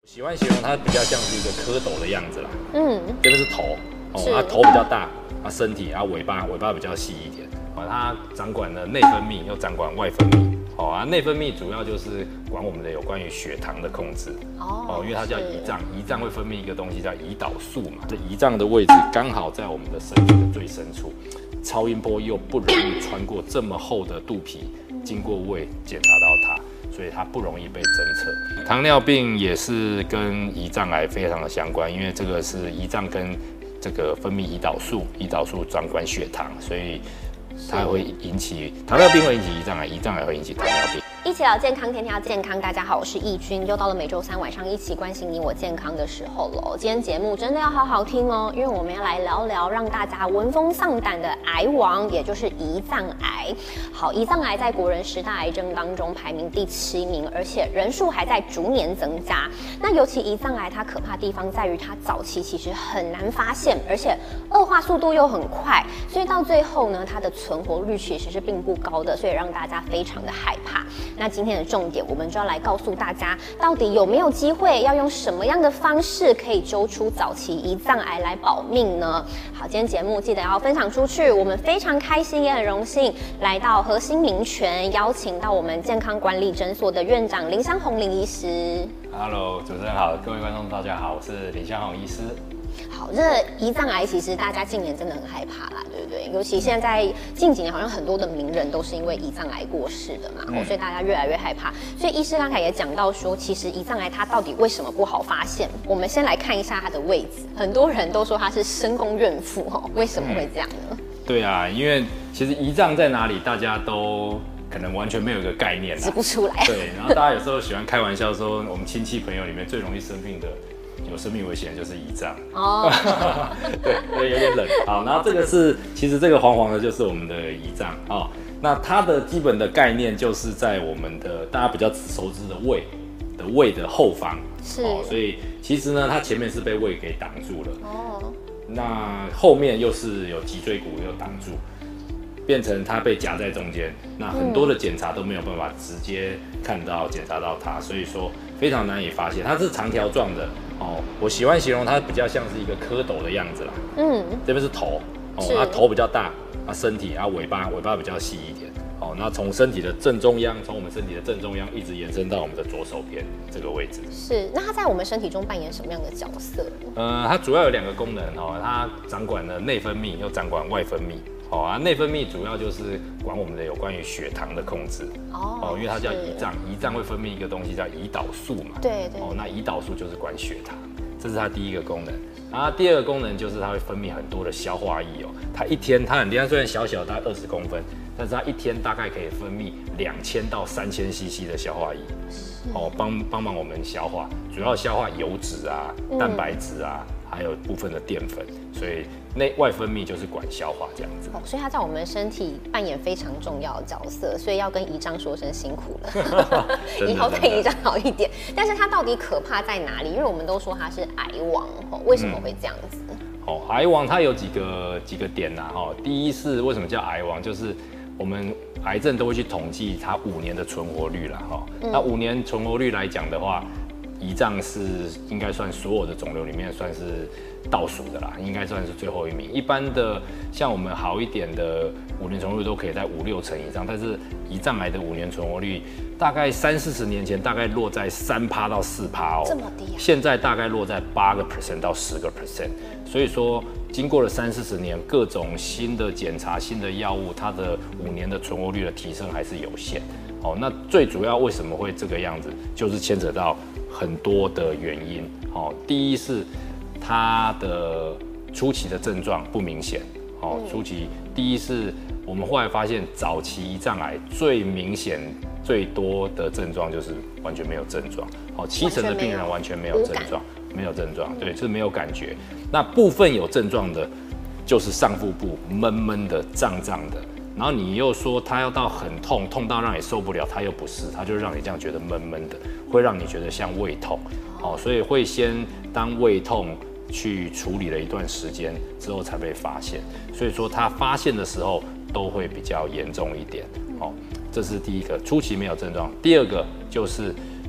喜欢形容它比较像是一个蝌蚪的样子啦。这个是头，它头比较大，它身体，尾巴比较细一点。它掌管了内分泌，又掌管外分泌。内分泌主要就是管我们的有关于血糖的控制。因为它叫胰脏，胰脏会分泌一个东西叫胰岛素嘛。这胰脏的位置刚好在我们的身体的最深处，超音波又不容易穿过这么厚的肚皮，经过胃检查到它。所以它不容易被侦测。糖尿病也是跟胰脏癌非常的相关，因为这个是胰脏跟这个分泌胰岛素，胰岛素掌管血糖，所以它会引起糖尿病，会引起胰脏癌，胰脏癌会引起糖尿病。 一起聊健康，天天要健康。大家好，我是易君，又到了每周三晚上一起关心你我健康的时候了。今天节目真的要好好听哦，因为我们要来聊聊让大家闻风丧胆的癌王，也就是胰脏癌。好，胰脏癌在国人10大癌症当中排名第7名，而且人数还在逐年增加。那尤其胰脏癌它可怕的地方在于它早期其实很难发现，而且恶化速度又很快，所以到最后呢，它的存活率其实是并不高的，所以让大家非常的害怕。那今天的重点，我们就要来告诉大家，到底有没有机会，要用什么样的方式可以揪出早期胰脏癌来保命呢？好，今天节目记得要分享出去。我们非常开心，也很荣幸来到核心民权，邀请到我们健康管理诊所的院长林湘宏林医师。 Hello， 主持人好，各位观众大家好，我是林湘宏医师。 好，这胰脏癌其实大家近年真的很害怕啦，对不对？尤其现在近几年，好像很多的名人都是因为胰脏癌过世的嘛，所以大家越来越害怕。所以医师刚才也讲到说，其实胰脏癌它到底为什么不好发现？我们先来看一下它的位置。很多人都说它是深宫怨妇为什么会这样呢？ 对啊，因为其实胰脏在哪里，大家都可能完全没有一个概念， 指不出来。 对，然后大家有时候喜欢开玩笑说，我们亲戚朋友里面最容易生病的。有生命危险就是胰脏对，有点冷。好，然后这个是其实这个黄黄的就是我们的胰脏那它的基本的概念就是在我们的大家比较熟知的胃的后方，所以其实呢，它前面是被胃给挡住了那后面又是有脊椎骨又挡住，变成它被夹在中间，那很多的检查都没有办法直接看到检查到它，所以说非常难以发现。它是长条状的我喜欢形容它比较像是一个蝌蚪的样子啦。这边是头它头比较大，它身体尾巴比较细一点。那从身体的正中央，从我们身体的正中央一直延伸到我们的左手边这个位置。 是，那它在我们身体中扮演什么样的角色？ 它主要有2个功能它掌管了内分泌，又掌管外分泌。内分泌主要就是管我们的有关于血糖的控制。因为它叫胰脏，胰脏会分泌一个东西叫胰岛素嘛。 对。 那胰岛素就是管血糖，这是它第1个功能。然后第2个功能就是它会分泌很多的消化液它一天它很厉害，虽然小小大概20公分，但是它一天大概可以分泌2000到3000 cc 的消化液。帮忙我们消化，主要消化油脂啊、蛋白质啊。还有部分的淀粉，所以外分泌就是管消化这样子。 所以它在我们身体扮演非常重要的角色，所以要跟胰脏说声辛苦了，以后对胰脏好一点。但是它到底可怕在哪里？因为我们都说它是癌王，为什么会这样子？ 癌王它有几个点第一是为什么叫癌王，就是我们癌症都会去统计它5年的存活率啦那5年存活率来讲的话。胰脏是应该算所有的肿瘤里面算是倒数的啦，应该算是最后1名。一般的像我们好一点的5年存活率都可以在5-6成以上，但是胰脏癌的5年存活率大概30-40年前大概落在3%到4% 这么低现在大概落在8% 到10%。所以说，经过了30-40年，各种新的检查、新的药物，它的5年的存活率的提升还是有限。那最主要为什么会这个样子，就是牵扯到很多的原因。第一是它的初期的症状不明显。初期第一是我们后来发现，早期胰脏癌最明显、最多的症状就是完全没有症状。70%的病人完全没有症状，没有症状，对，就是没有感觉。那部分有症状的，就是上腹部闷闷的、胀胀的。然后你又说它要到很痛，痛到让你受不了，它又不是，它就让你这样觉得闷闷的，会让你觉得像胃痛，所以会先当胃痛去处理了一段时间之后才被发现，所以说它发现的时候都会比较严重一点，这是第一个，初期没有症状。第2个就是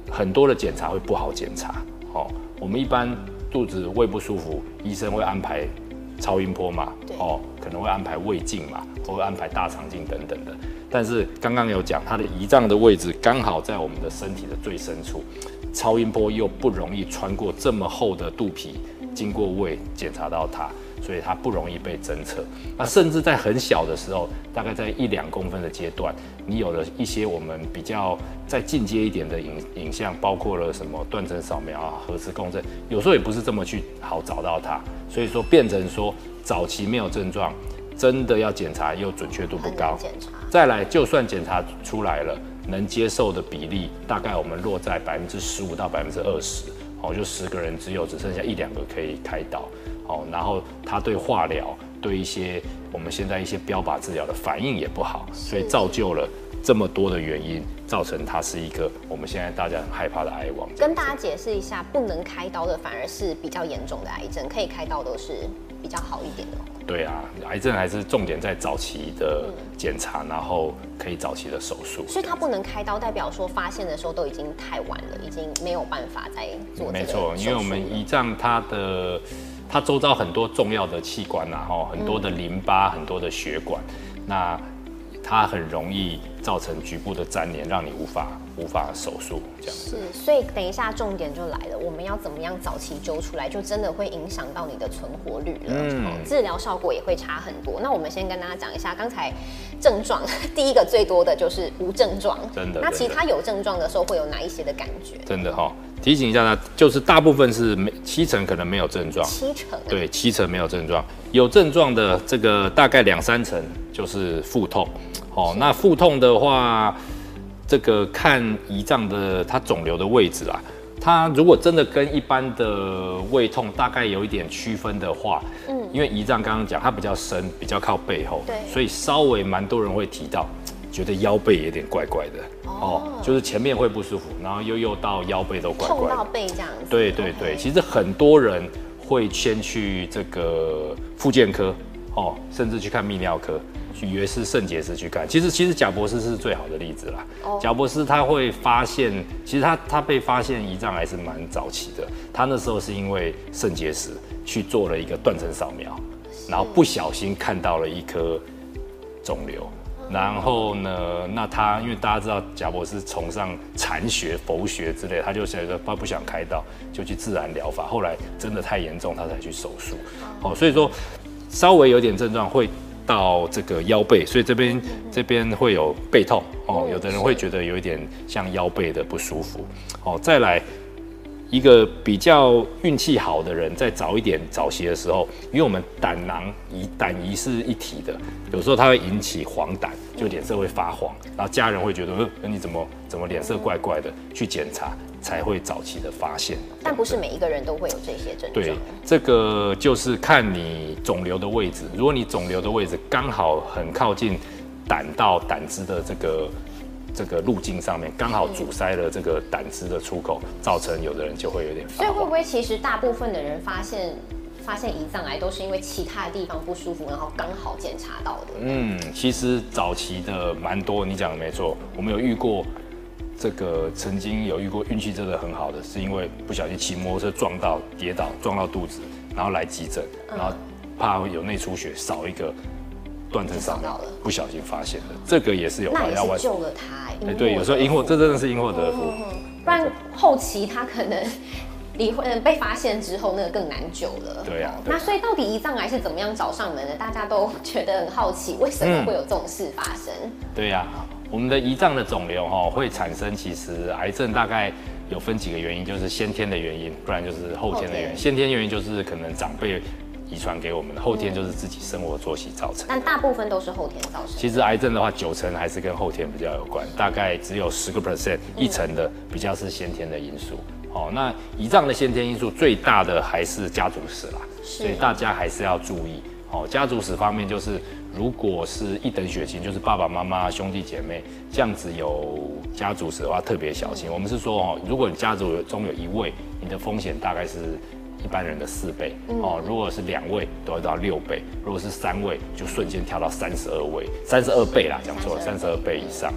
很多的检查会不好检查。哦，我们一般肚子胃不舒服，医生会安排超音波嘛，哦，可能会安排胃镜嘛，或会安排大肠镜等等的。但是刚刚有讲，它的胰脏的位置刚好在我们的身体的最深处，超音波又不容易穿过这么厚的肚皮，经过胃检查到它，所以它不容易被侦测。那甚至在很小的时候，大概在1-2公分的阶段，你有了一些我们比较再进阶一点的影像，包括了什么断层扫描啊、核磁共振，有时候也不是这么去好找到它，所以说变成说早期没有症状，真的要检查又准确度不高。再来，就算检查出来了，能接受的比例大概我们落在15%到20%，哦，就10个人只剩下1-2个可以开刀，哦，然后他对化疗、对一些我们现在一些标靶治疗的反应也不好，所以造就了这么多的原因，造成它是一个我们现在大家很害怕的癌王。 跟大家解释一下，不能开刀的反而是比较严重的癌症，可以开刀都是比较好一点的。 对啊，癌症还是重点在早期的检查，然后可以早期的手术。 所以它不能开刀，代表说发现的时候都已经太晚了，已经没有办法再做这个手术了。 没错，因为我们胰脏它周遭很多重要的器官啊，很多的淋巴、很多的血管，那它很容易造成局部的粘连，让你无法手术这样子。 是，所以等一下重点就来了，我们要怎么样早期揪出来，就真的会影响到你的存活率了，治疗效果也会差很多。那我们先跟大家讲一下，刚才症状第一个最多的就是无症状， 真的。 那其他有症状的时候会有哪一些的感觉？ 真的哈，提醒一下大家，就是大部分是70%可能没有症状 ，70% 对，70%没有症状，有症状的这个大概2-3成就是腹痛。哦，那腹痛的话，这个看胰脏的它肿瘤的位置啦，它如果真的跟一般的胃痛大概有一点区分的话，因为胰脏刚刚讲它比较深，比较靠背后， 对， 所以稍微蛮多人会提到，觉得腰背有点怪怪的，就是前面会不舒服，然后又到腰背都怪怪的， 痛到背这样子。 对对对，其实很多人会先去这个复健科，甚至去看泌尿科。以为是肾结石去看，其实贾博士是最好的例子啦。贾博士他会发现，其实他被发现胰脏癌是蛮早期的。他那时候是因为肾结石去做了一个断层扫描，然后不小心看到了一颗肿瘤。然后呢，那他因为大家知道贾博士崇尚禅学、佛学之类，他就觉得他不想开刀，就去自然疗法。后来真的太严重，他才去手术。所以说稍微有点症状会到这个腰背，所以这边会有背痛有的人会觉得有一点像腰背的不舒服再来一个比较运气好的人，在早期的时候，因为我们胆胰是一体的，有时候它会引起黄疸，就脸色会发黄，然后家人会觉得你怎么脸色怪怪的，去检查才会早期的发现。 但不是每一个人都会有这些症状。 对，这个就是看你肿瘤的位置，如果你肿瘤的位置刚好很靠近胆道胆汁的这个路径上面，刚好阻塞了这个胆汁的出口，造成有的人就会有点发黄。 所以会不会其实大部分的人发现胰脏癌都是因为其他的地方不舒服，然后刚好检查到的？ 其实早期的蛮多，你讲的没错，我们有遇过曾经有遇过运气真的很好的，是因为不小心骑摩托车跌倒撞到肚子，然后来急诊，然后怕有内出血，少一个断层扫描，不小心发现的，这个也是有。 那也是救了他。 对，有时候因祸，这真的是因祸得福。 不然后期他可能被发现之后，那个更难救了。 对啊。 那所以到底胰脏癌是怎么样找上门的？大家都觉得很好奇，为什么会有这种事发生？ 对呀，我们的胰脏的肿瘤会产生，其实癌症大概有分几个原因，就是先天的原因，不然就是后天的原因。先天原因就是可能长辈遗传给我们的，后天就是自己生活作息造成。 但大部分都是后天造成。 其实癌症的话，90%还是跟后天比较有关，大概只有10%，一成的比较是先天的因素。那胰脏的先天因素最大的还是家族史啦，所以大家还是要注意。家族史方面就是，如果是一等血亲，就是爸爸妈妈、兄弟姐妹这样子有家族史的话，特别小心。我们是说如果你家族中有1位，你的风险大概是一般人的4倍如果是2位都会到6倍，如果是3位就瞬间跳到32倍啦，讲错了，32倍以上了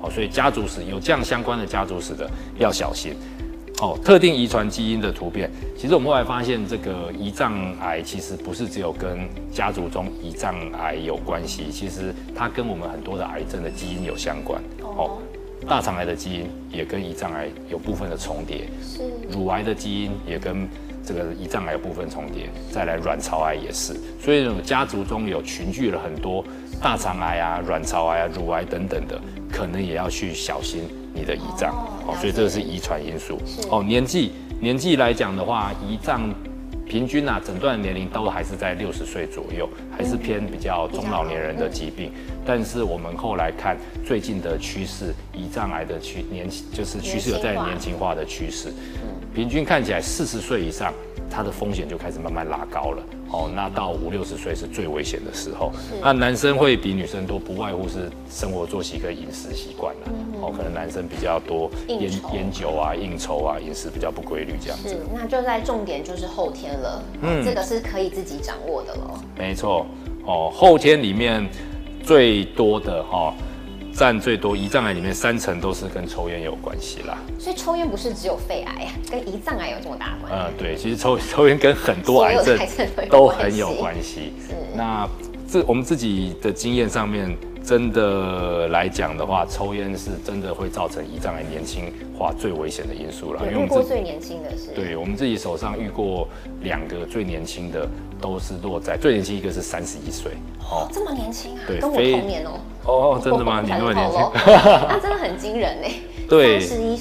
所以家族史有这样相关的家族史的要小心。特定遗传基因的突变，其实我们后来发现，这个胰脏癌其实不是只有跟家族中胰脏癌有关系，其实它跟我们很多的癌症的基因有相关。大肠癌的基因也跟胰脏癌有部分的重叠，乳癌的基因也跟这个胰脏癌有部分重叠，再来卵巢癌也是，所以家族中有群聚了很多大肠癌啊、卵巢癌啊、乳癌等等的，可能也要去小心你的胰脏。所以这个是遗传因素。年纪来讲的话，胰脏平均诊断年龄都还是在60岁左右，还是偏比较中老年人的疾病。但是我们后来看最近的趋势，胰脏癌的趋势有在年轻化的趋势。平均看起来40岁以上，它的风险就开始慢慢拉高了。那到50、60岁是最危险的时候。那男生会比女生多，不外乎是生活作息跟饮食习惯啦。可能男生比较多烟酒啊、应酬啊，饮食比较不规律这样子。 那就在重点就是后天了。这个是可以自己掌握的咯。 没错。后天里面最多的占最多胰脏癌里面3成都是跟抽烟有关系啦。 所以抽烟不是只有肺癌，跟胰脏癌有这么大关系？ 对，其实抽烟跟很多癌症都很有关系。那我们自己的经验上面，真的来讲的话，抽烟是真的会造成胰脏癌年轻化最危险的因素啦。 有遇过最年轻的是？ 对，我们自己手上遇过2个最年轻的，都是落在最年轻一个是31岁。 这么年轻啊？ 对， 跟我同年哦。 真的吗？你那么年轻？ 那真的很惊人哎。 对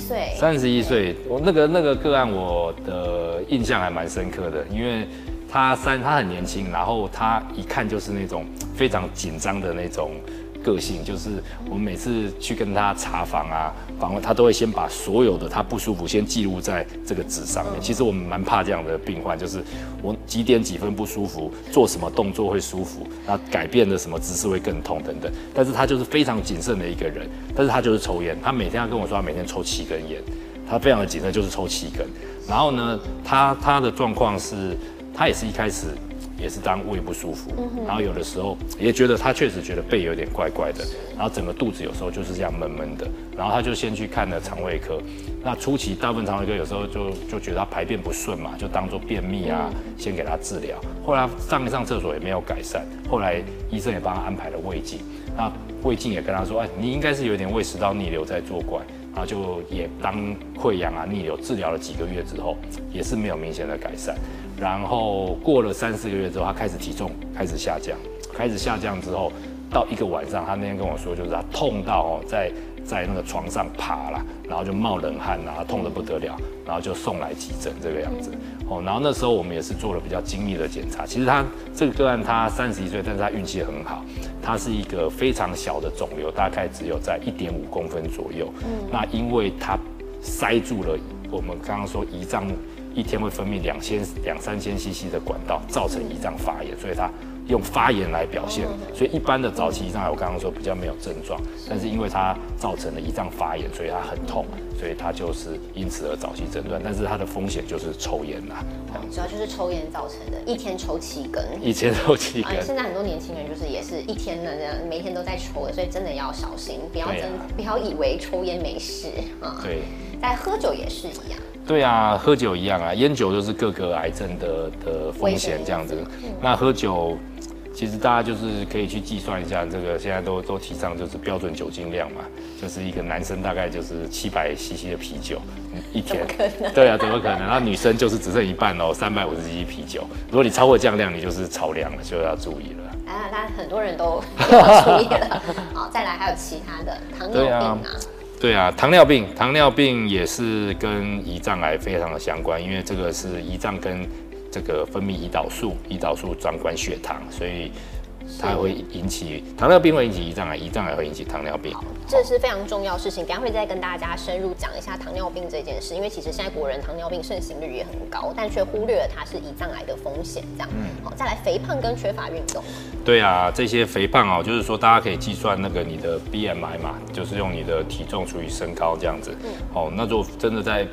，31岁。 我那个个案，我的印象还蛮深刻的，因为他很年轻，然后他一看就是那种非常紧张的那种个性，就是我们每次去跟他查房啊、访问，他都会先把所有的他不舒服先记录在这个纸上面。其实我们蛮怕这样的病患，就是我几点几分不舒服，做什么动作会舒服，那改变的什么姿势会更痛等等。但是他就是非常谨慎的一个人，但是他就是抽烟，他每天要跟我说他每天抽7根烟，他非常的谨慎，就是抽7根。然后呢，他的状况是，他也是一开始也是当胃不舒服，然后有的时候也觉得他确实觉得背有点怪怪的，然后整个肚子有时候就是这样闷闷的，然后他就先去看了肠胃科。那初期大部分肠胃科有时候就觉得他排便不顺嘛，就当做便秘啊，先给他治疗。后来上一上厕所也没有改善，后来医生也帮他安排了胃镜，那胃镜也跟他说，你应该是有点胃食道逆流在作怪。然后就也当溃疡啊、逆流治疗了几个月之后，也是没有明显的改善。然后过了3、4个月之后，他开始体重开始下降之后，到一个晚上，他那天跟我说，就是他痛到在那个床上爬啦，然后就冒冷汗啊，痛得不得了，然后就送来急诊这个样子。然后那时候我们也是做了比较精密的检查。其实他这个个案他31岁，但是他运气很好，他是一个非常小的肿瘤，大概只有在1.5公分左右。那因为他塞住了我们刚刚说胰脏一天会分泌2-3千 cc 的管道，造成胰脏发炎，所以他用发炎来表现。所以一般的早期胰脏癌，我刚刚说比较没有症状，但是因为它造成了胰脏发炎，所以它很痛，所以它就是因此而早期诊断。但是它的风险就是抽烟啦， 主要就是抽烟造成的，一天抽7根。 一天抽7根。 现在很多年轻人就是也是一天呢，每天都在抽的，所以真的要小心，不要以为抽烟没事啊。 对。 在喝酒也是一样。 对啊，喝酒一样啊，烟酒就是各个癌症的风险这样子。那喝酒，其实大家就是可以去计算一下，这个现在都提倡就是标准酒精量嘛，就是一个男生大概就是700 cc 的啤酒一天。 怎么可能？ 对啊，怎么可能？那女生就是只剩一半哦，350 cc 啤酒。如果你超过这样量，你就是超量了，就要注意了。 那很多人都要注意了。好，再来还有其他的糖尿病啊。 对啊，糖尿病也是跟胰脏癌非常的相关，因为这个是胰脏跟这个分泌胰岛素掌管血糖，所以它会引起糖尿病，会引起胰脏癌，胰脏癌会引起糖尿病。 好，这是非常重要的事情，等一下会再跟大家深入讲一下糖尿病这件事，因为其实现在国人糖尿病盛行率也很高，但却忽略了它是胰脏癌的风险。这样，好，再来肥胖跟缺乏运动。 对啊，这些肥胖就是说大家可以计算那个你的 BMI 嘛，就是用你的体重除以身高这样子。那如果真的在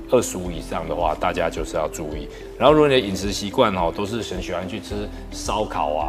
25以上的话，大家就是要注意。然后如果你的饮食习惯都是很喜欢去吃烧烤啊、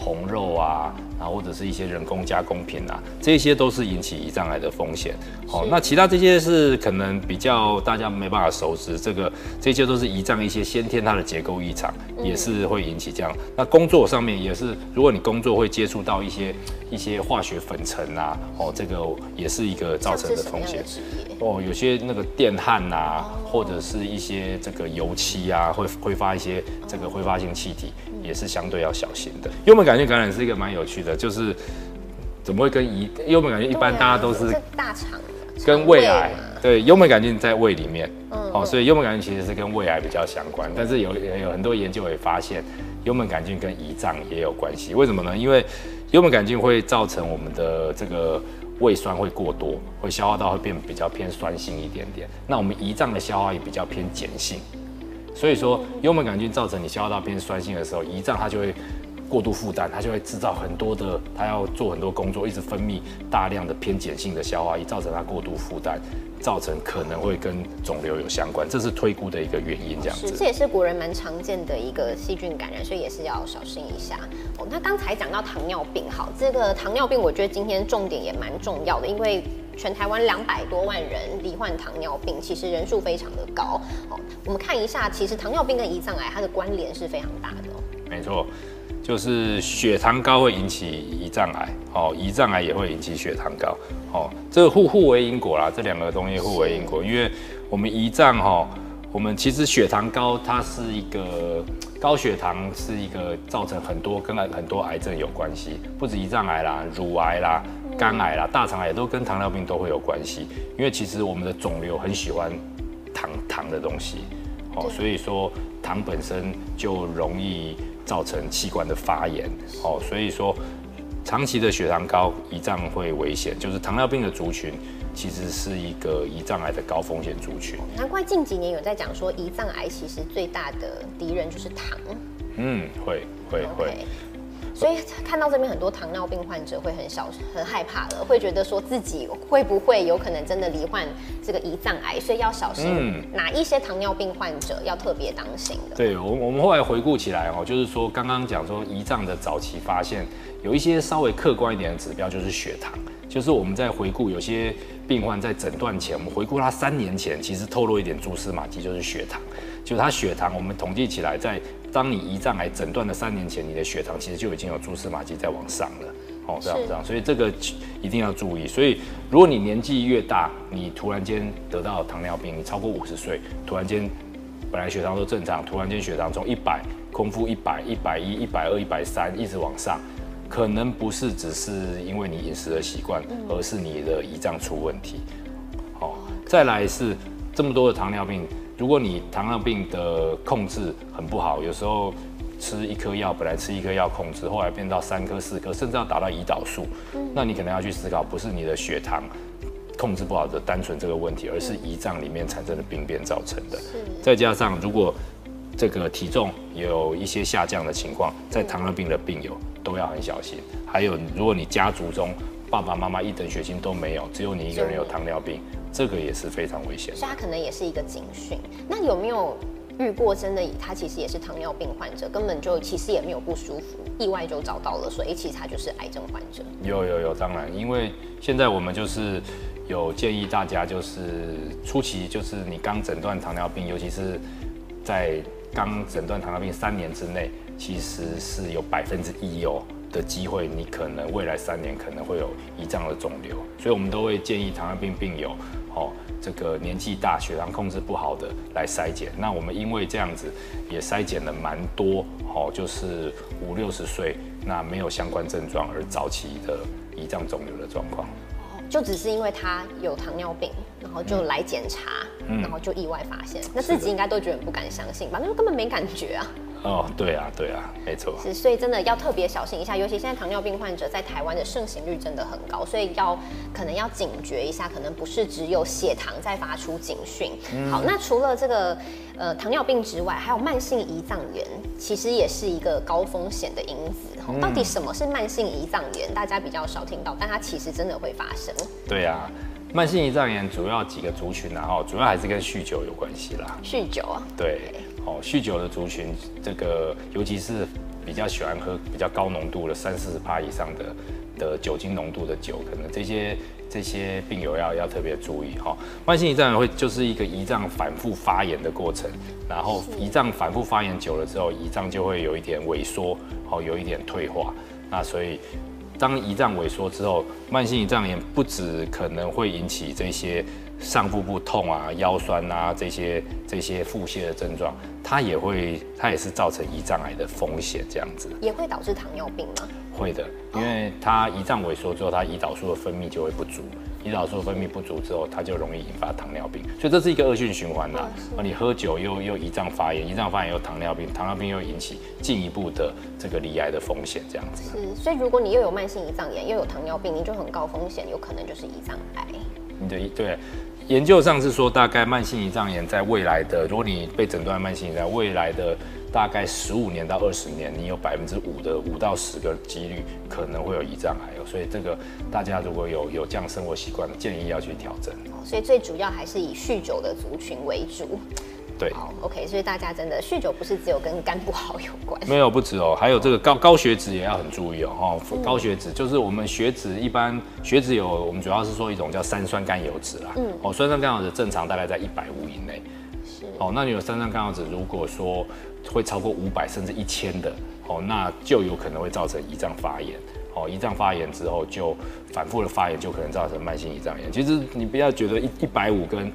红肉啊，然后或者是一些人工加工品啊，这些都是引起胰脏癌的风险。那其他这些是可能比较大家没办法熟知，这些都是胰脏一些先天它的结构异常，也是会引起这样。那工作上面也是，如果你工作会接触到一些化学粉尘啊，这个也是一个造成的风险。有些那个电焊啊，或者是一些这个油漆啊，会挥发一些这个挥发性气体，也是相对要小心的。幽门杆菌感染是一个蛮有趣的，就是怎么会跟幽门杆菌一般大家都是大肠跟胃癌，对，幽门杆菌在胃里面，所以幽门杆菌其实是跟胃癌比较相关。但是有很多研究也发现，幽门杆菌跟胰脏也有关系。为什么呢？因为幽门杆菌会造成我们的这个胃酸会过多，会消化道会变比较偏酸性一点点。那我们胰脏的消化也比较偏碱性，所以说幽门杆菌造成你消化道偏酸性的时候，胰脏它就会过度负担，它就会制造很多的，它要做很多工作，一直分泌大量的偏碱性的消化液，造成它过度负担，造成可能会跟肿瘤有相关，这是推估的一个原因。这样子， 这也是国人蛮常见的一个细菌感染，所以也是要小心一下。那刚才讲到糖尿病，好，这个糖尿病我觉得今天重点也蛮重要的，因为全台湾200多万人罹患糖尿病，其实人数非常的高。我们看一下，其实糖尿病跟胰脏癌它的关联是非常大的。 没错。就是血糖高会引起胰脏癌，胰脏癌也会引起血糖高，这个互为因果啦，这两个东西互为因果。因为我们胰脏我们其实血糖高，它是一个高血糖是一个造成跟很多癌症有关系，不止胰脏癌啦、乳癌啦、肝癌啦、大肠癌都跟糖尿病都会有关系。因为其实我们的肿瘤很喜欢糖的东西，所以说糖本身就容易造成器官的发炎，所以说长期的血糖高，胰脏会危险。就是糖尿病的族群，其实是一个胰脏癌的高风险族群。 难怪近几年有在讲说，胰脏癌其实最大的敌人就是糖。 会。 所以看到这边很多糖尿病患者会很害怕了，会觉得说自己会不会有可能真的罹患这个胰脏癌，所以要小心哪一些糖尿病患者要特别当心的。 对，我们后来回顾起来就是说刚刚讲说胰脏的早期发现有一些稍微客观一点的指标，就是血糖，就是我们在回顾有些病患在诊断前，我们回顾他3年前，其实透露一点蛛丝马迹，就是血糖，就是他血糖我们统计起来当你胰脏癌诊断的3年前，你的血糖其实就已经有蛛丝马迹在往上了，这样，所以这个一定要注意。所以如果你年纪越大，你突然间得到糖尿病，你超过50岁，突然间本来血糖都正常，突然间血糖从100空腹100、110、120、130一直往上，可能不是只是因为你饮食的习惯，而是你的胰脏出问题。再来是这么多的糖尿病。如果你糖尿病的控制很不好，有时候吃1颗药，本来吃1颗药控制，后来变到3颗、4颗，甚至要达到胰岛素，那你可能要去思考，不是你的血糖控制不好的单纯这个问题，而是胰脏里面产生的病变造成的。再加上如果这个体重有一些下降的情况，在糖尿病的病友都要很小心。还有，如果你家族中爸爸妈妈1等血清都没有，只有你一个人有糖尿病，这个也是非常危险的。 所以它可能也是一个警讯。那有没有遇过真的他其实也是糖尿病患者，根本就其实也没有不舒服，意外就找到了，所以其实他就是癌症患者？ 有，当然，因为现在我们就是有建议大家，就是初期就是你刚诊断糖尿病，尤其是在刚诊断糖尿病3年之内，其实是有1%的机会，你可能未来3年可能会有胰脏的肿瘤，所以我们都会建议糖尿病病友，这个年纪大、血糖控制不好的来筛检。那我们因为这样子也筛检了蛮多，就是50、60岁，那没有相关症状而早期的胰脏肿瘤的状况。 就只是因为他有糖尿病，然后就来检查，然后就意外发现，那自己应该都觉得很不敢相信吧？那就根本没感觉啊。 对啊，没错。 是，所以真的要特别小心一下，尤其现在糖尿病患者在台湾的盛行率真的很高，所以可能要警觉一下，可能不是只有血糖在发出警讯。好，那除了这个糖尿病之外，还有慢性胰脏炎，其实也是一个高风险的因子。到底什么是慢性胰脏炎？大家比较少听到，但它其实真的会发生。 对啊。慢性胰脏炎主要几个族群主要还是跟酗酒有关系啦。 酗酒啊？ 对，酗酒的族群，这个尤其是比较喜欢喝比较高浓度的30-40%以上的酒精浓度的酒，可能这些病友要特别注意哈。慢性胰脏炎就是一个胰脏反复发炎的过程，然后胰脏反复发炎久了之后，胰脏就会有一点萎缩，有一点退化。那所以当胰脏萎缩之后，慢性胰脏炎不只可能会引起这些上腹部痛啊、腰酸啊这些腹泻的症状，它也是造成胰脏癌的风险，这样子也会导致糖尿病吗？会的，因为它胰脏萎缩之后，它胰岛素的分泌就会不足，胰岛素分泌不足之后，它就容易引发糖尿病，所以这是一个恶性循环啦。你喝酒又胰脏发炎，胰脏发炎又糖尿病，糖尿病又引起进一步的这个罹癌的风险，这样子。 是，所以如果你又有慢性胰脏炎，又有糖尿病，你就很高风险，有可能就是胰脏癌。 对。研究上是说，大概慢性胰脏炎在未来的，如果你被诊断慢性胰脏炎，未来的大概15年到20年，你有5%的5到10个几率可能会有胰脏癌，所以这个大家如果有这样生活习惯，建议要去调整。 所以最主要还是以酗酒的族群为主。 对， 好 ，OK， 所以大家真的酗酒不是只有跟肝不好有关， 没有不止哦，还有这个高血脂也要很注意哦。高血脂就是我们血脂一般血脂有，我们主要是说一种叫三酸甘油脂啦。三酸甘油脂正常大概在150以内。是。那你有三酸甘油脂，如果说会超过500甚至1000的，那就有可能会造成胰脏发炎。胰脏发炎之后就反复的发炎，就可能造成慢性胰脏炎。其实你不要觉得150跟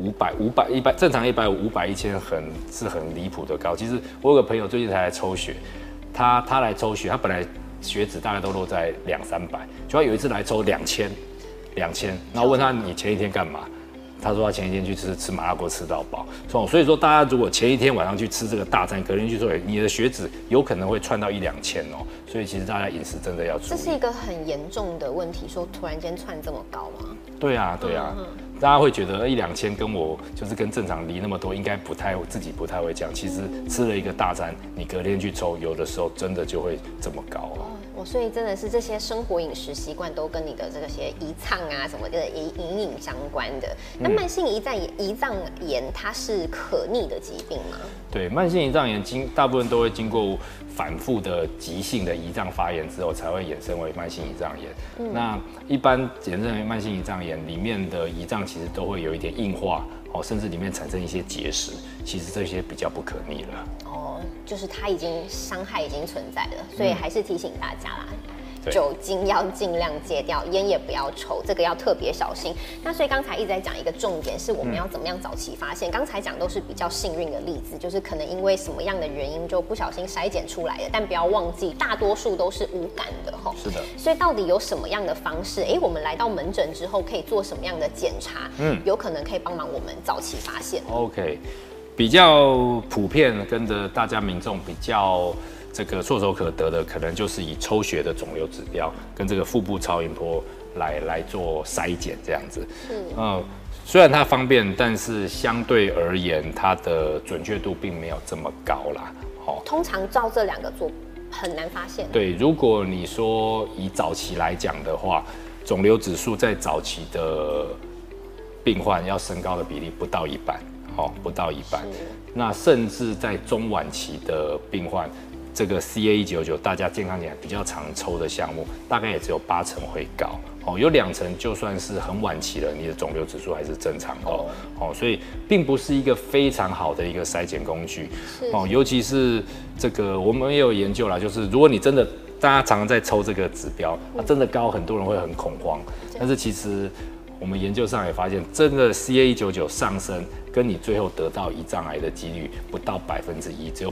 500正常150、500、1000是很离谱的高。其实我有个朋友最近才来抽血，他来抽血，他本来血脂大概都落在200-300，就他有一次来抽2000，然后问他你前一天干嘛？他说他前一天去吃麻辣锅吃到饱，所以说大家如果前一天晚上去吃这个大餐，隔天去抽血，你的血脂有可能会窜到1-2千哦。所以其实大家饮食真的要注意。 这是一个很严重的问题，说突然间窜这么高吗？ 对啊。大家会觉得1-2千跟我就是跟正常离那么多，应该自己不太会这样。其实吃了一个大餐，你隔天去抽，有的时候真的就会这么高哦。 所以真的是这些生活饮食习惯都跟你的这些胰脏啊什么的隐隐相关的。那慢性胰脏炎它是可逆的疾病吗？ 对，慢性胰脏炎大部分都会经过反复的急性的胰脏发炎之后，才会衍生为慢性胰脏炎。那一般衍生为慢性胰脏炎里面的胰脏其实都会有一点硬化，甚至里面产生一些结石，其实这些比较不可逆了。 就是它伤害已经存在了，所以还是提醒大家啦。酒精要尽量戒掉，烟也不要抽，这个要特别小心。那所以刚才一直在讲一个重点，是我们要怎么样早期发现。刚才讲都是比较幸运的例子，就是可能因为什么样的原因就不小心筛检出来的，但不要忘记，大多数都是无感的哈。 是的。 所以到底有什么样的方式？我们来到门诊之后可以做什么样的检查？有可能可以帮忙我们早期发现。 OK， 比较普遍跟着大家民众比较这个唾手可得的，可能就是以抽血的肿瘤指标跟这个腹部超音波来做筛检这样子。虽然它方便，但是相对而言，它的准确度并没有这么高啦。 通常照这2个做很难发现。 对，如果你说以早期来讲的话，肿瘤指数在早期的病患要升高的比例不到1半，不到1半。那甚至在中晚期的病患，这个 CA-199大家健康检查比较常抽的项目，大概也只有80%会高。有2%就算是很晚期了，你的肿瘤指数还是正常的。所以并不是一个非常好的一个筛检工具。尤其是这个我们也有研究啦，就是如果你真的大家常常在抽这个指标，真的高，很多人会很恐慌。但是其实我们研究上也发现，真的 CA-199上升，跟你最后得到胰脏癌的几率不到1%，只有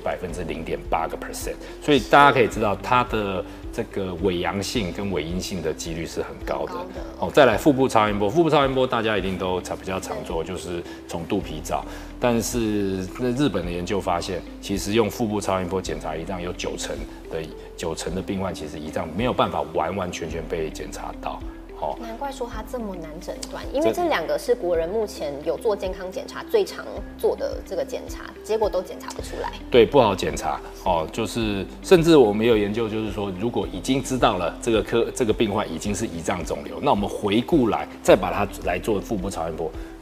0.8%。所以大家可以知道，它的这个伪阳性跟伪阴性的几率是很高的。再来腹部超音波，大家一定都比较常做，就是从肚皮照。但是日本的研究发现，其实用腹部超音波检查胰脏，有九成的病患其实胰脏没有办法完完全全被检查到。 难怪说它这么难诊断，因为这2个是国人目前有做健康检查最常做的这个检查，结果都检查不出来。 对，不好检查就是甚至我们也有研究，就是说如果已经知道了这个病患已经是胰脏肿瘤，那我们回顾来再把它来做腹部超音波，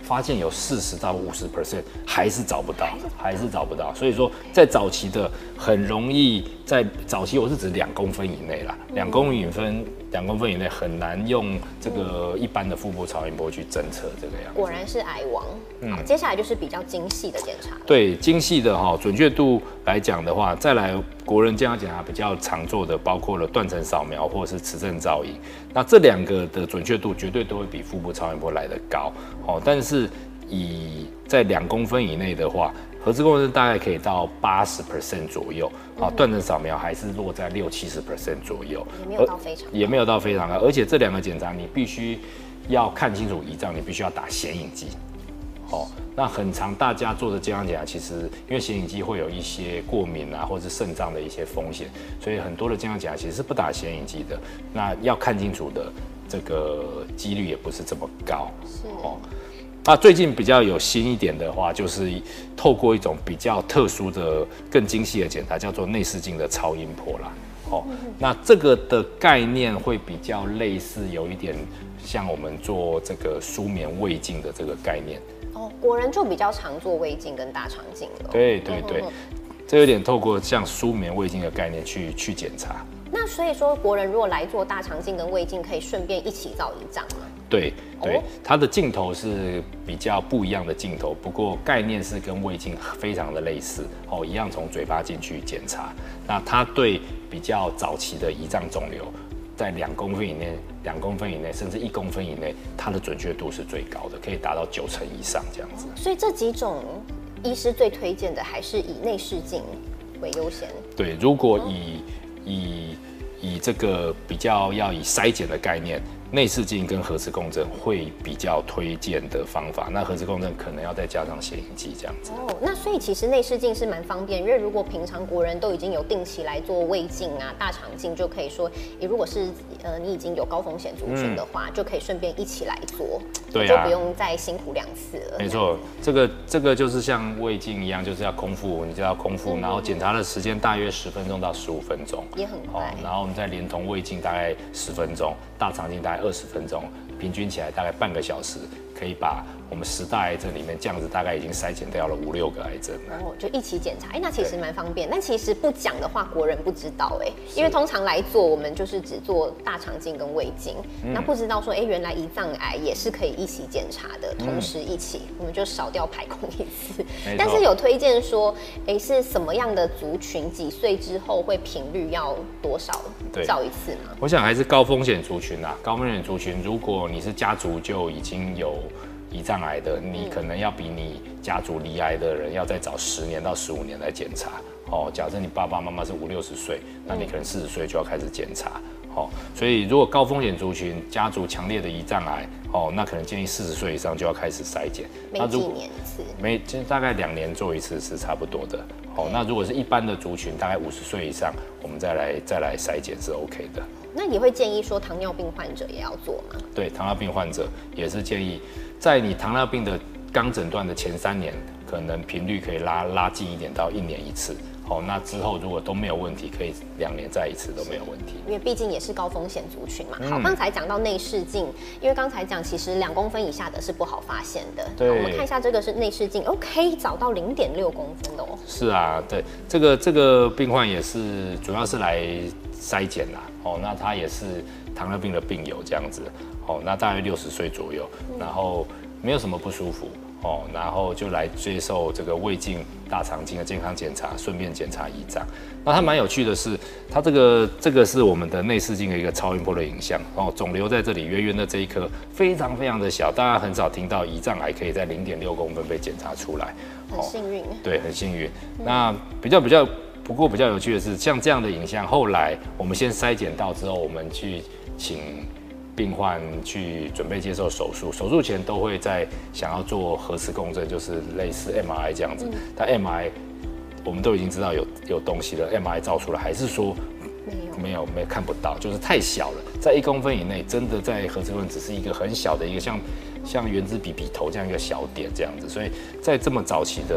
发现有40到50% 还是找不到，所以说在早期的很容易，在早期我是指2公分以内啦，2公分以内很难用这个一般的腹部超音波去侦测这个样子。 果然是癌王。好，接下来就是比较精细的检查。 对，精细的准确度来讲的话，再来国人健康检查比较常做的，包括了断层扫描或者是磁振造影。那这2个的准确度绝对都会比腹部超音波来得高。但是在2公分以内的话，核磁共振大概可以到80% 左右，断层扫描还是落在60-70% 左右，也没有到非常高，而且这2个检查你必须要看清楚胰脏，你必须要打显影剂。那很常大家做的健康检查，其实因为显影剂会有一些过敏啊，或者是肾脏的一些风险，所以很多的健康检查其实是不打显影剂的。那要看清楚的这个几率也不是这么高。那最近比较有新一点的话，就是透过一种比较特殊的、更精细的检查，叫做内视镜的超音波啦。那这个的概念会比较类似，有一点像我们做这个舒眠胃镜的这个概念。 国人就比较常做胃镜跟大肠镜了。 对，这有点透过像舒眠胃镜的概念去检查。 那所以说，国人如果来做大肠镜跟胃镜，可以顺便一起照胰脏吗？ 对，它的镜头是比较不一样的镜头，不过概念是跟胃镜非常的类似，一样从嘴巴进去检查。那它对比较早期的胰脏肿瘤，在2公分以内，甚至1公分以内，它的准确度是最高的，可以达到90%以上这样子。 所以这几种医师最推荐的还是以内视镜为优先。 对，如果以这个比较要以筛检的概念，内视镜跟核磁共振会比较推荐的方法。那核磁共振可能要再加上显影剂这样子。 那所以其实内视镜是蛮方便，因为如果平常国人都已经有定期来做胃镜啊、大肠镜，就可以说，如果是你已经有高风险族群的话，就可以顺便一起来做， 对啊， 就不用再辛苦2次了。 没错，这个就是像胃镜一样，就是要空腹，你就要空腹，然后检查的时间大约10分钟到15分钟， 也很快。 然后我们再连同胃镜大概10分钟，大肠镜大概20分钟，平均起来大概半个小时，可以把我们10大癌症里面这样子大概已经筛检掉了5-6个癌症了。 就一起检查，那其实蛮方便。但其实不讲的话，国人不知道因为通常来做我们就是只做大肠镜跟胃镜，那不知道说原来胰脏癌也是可以一起检查的，同时一起，我们就少掉排空一次。但是有推荐说，是什么样的族群几岁之后会频率要多少照一次吗？ 我想还是高风险族群啊，高风险族群，如果你是家族就已经有胰脏癌的，你可能要比你家族罹癌的人要再早10年到15年来检查。假设你爸爸妈妈是50-60岁，那你可能40岁就要开始检查。所以如果高风险族群家族强烈的胰脏癌，那可能建议40岁以上就要开始筛检。 每几年一次？ 大概2年做一次是差不多的。那如果是一般的族群，大概50岁以上，我们再来筛检是 OK 的。 那你会建议说糖尿病患者也要做吗？ 对，糖尿病患者也是建议，在你糖尿病的刚诊断的前3年，可能频率可以拉近一点到1年一次。那之后如果都没有问题，可以2年再一次都没有问题。 因为毕竟也是高风险族群嘛。好，刚才讲到内视镜，因为刚才讲其实2公分以下的是不好发现的。 对， 我们看一下这个是内视镜，可以找到0.6公分的哦。 是啊，对，这个病患也是主要是来筛检啦。那他也是糖尿病的病友这样子。那大约60岁左右，然后没有什么不舒服。然后就来接受这个胃镜、大肠镜的健康检查，顺便检查胰脏。那它蛮有趣的是，它这个是我们的内视镜的一个超音波的影像。肿瘤在这里圆圆的这一颗非常非常的小，大家很少听到胰脏癌可以在0.6公分被检查出来。 很幸运。 对，很幸运。那不过比较有趣的是，像这样的影像，后来我们先筛检到之后，我们去请病患去准备接受手术，手术前都会在想要做核磁共振，就是类似 MRI 这样子。但 MRI 我们都已经知道有东西了 ，MRI 照出来还是说没有看不到，就是太小了，在1公分以内，真的在核磁共振只是一个很小的一个像原子笔头这样一个小点这样子，所以在这么早期的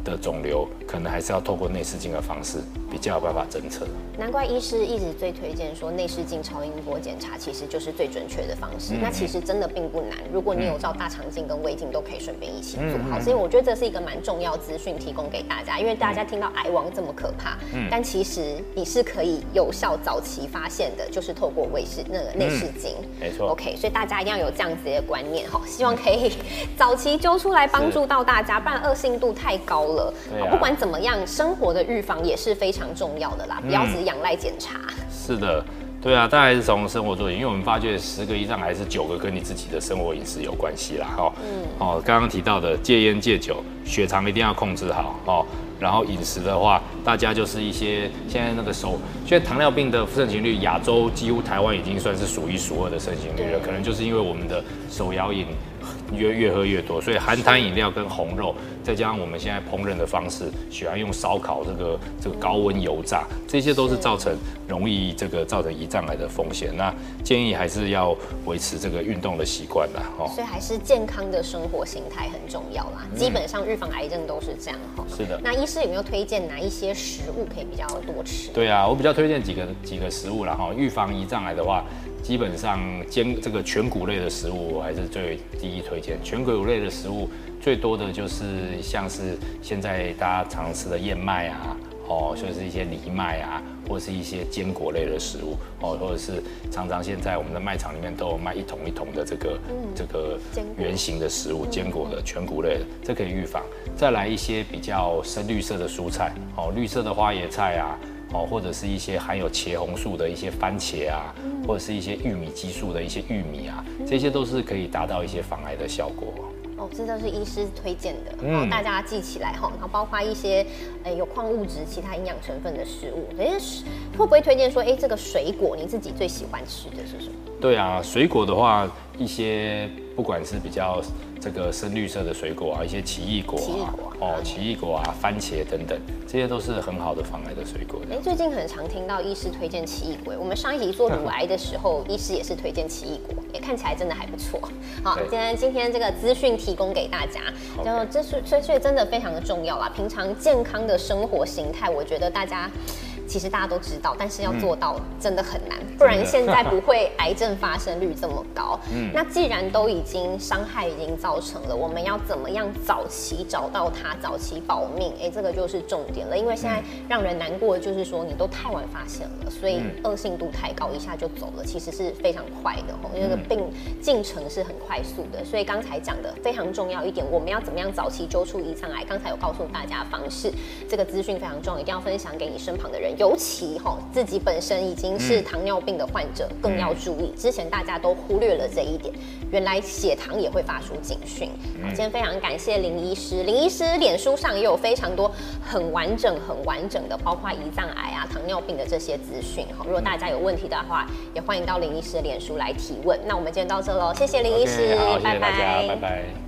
的肿瘤，可能还是要透过内视镜的方式比较有办法侦测。 难怪医师一直最推荐说内视镜超音波检查其实就是最准确的方式。那其实真的并不难，如果你有照大肠镜跟胃镜都可以顺便一起做好。所以我觉得这是一个蛮重要资讯提供给大家，因为大家听到癌王这么可怕，但其实你是可以有效早期发现的，就是透过内视镜。 没错。 OK， 所以大家一定要有这样子的观念哈，希望可以早期揪出来帮助到大家，不然恶性度太高了。不管怎么样，生活的预防也是非常重要的啦，不要只仰赖检查。 是的，对啊，当然还是从生活做起，因为我们发觉10个胰脏癌是9个跟你自己的生活饮食有关系啦。刚刚提到的戒烟戒酒，血糖一定要控制好然后饮食的话，大家就是一些现在现在糖尿病的盛行率，亚洲几乎台湾已经算是数1数2的盛行率了，可能就是因为我们的手摇饮越喝越多，所以含糖饮料跟红肉，再加上我们现在烹饪的方式，喜欢用烧烤这个高温油炸，这些都是容易造成胰脏癌的风险。那建议还是要维持这个运动的习惯啦。 所以还是健康的生活形态很重要啦。基本上预防癌症都是这样是的。 那医师有没有推荐哪一些食物可以比较多吃？ 对啊，我比较推荐几个食物啦预防胰脏癌的话。基本上这个全谷类的食物，我还是第一推荐。全谷类的食物最多的就是像是现在大家常吃的燕麦啊，就是一些藜麦啊，或是一些坚果类的食物，或者是常常现在我们的卖场里面都有卖一桶一桶的这个圆形的食物，坚果的全谷类的，这可以预防。再来一些比较深绿色的蔬菜，绿色的花椰菜啊。或者是一些含有茄红素的一些番茄啊，或者是一些玉米激素的一些玉米啊，这些都是可以达到一些防癌的效果。 这都是医师推荐的，大家记起来然后包括一些有矿物质、其他营养成分的食物。会不会推荐说，这个水果你自己最喜欢吃的是什么？ 对啊，水果的话，一些不管是比较这个深绿色的水果啊，一些奇异果啊，番茄等等，这些都是很好的防癌的水果。 最近很常听到医师推荐奇异果，我们上一集做乳癌的时候，医师也是推荐奇异果，看起来真的还不错。好，今天这个资讯提供给大家，然后所以真的非常的重要啦。平常健康的生活形态，我觉得其实大家都知道，但是要做到真的很难，不然现在不会癌症发生率这么高。那既然都已经伤害已经造成了，我们要怎么样早期找到它，早期保命？这个就是重点了。因为现在让人难过的就是说，你都太晚发现了，所以恶性度太高，一下就走了，其实是非常快的因为那个病进程是很快速的。所以刚才讲的非常重要一点，我们要怎么样早期揪出胰脏癌？刚才有告诉大家方式，这个资讯非常重要，一定要分享给你身旁的人。尤其自己本身已经是糖尿病的患者，更要注意。之前大家都忽略了这一点，原来血糖也会发出警讯。今天非常感谢林医师，林医师脸书上也有非常多很完整的，包括胰脏癌啊、糖尿病的这些资讯。如果大家有问题的话，也欢迎到林医师的脸书来提问。那我们今天到这喽，谢谢林医师， 谢谢大家，拜拜。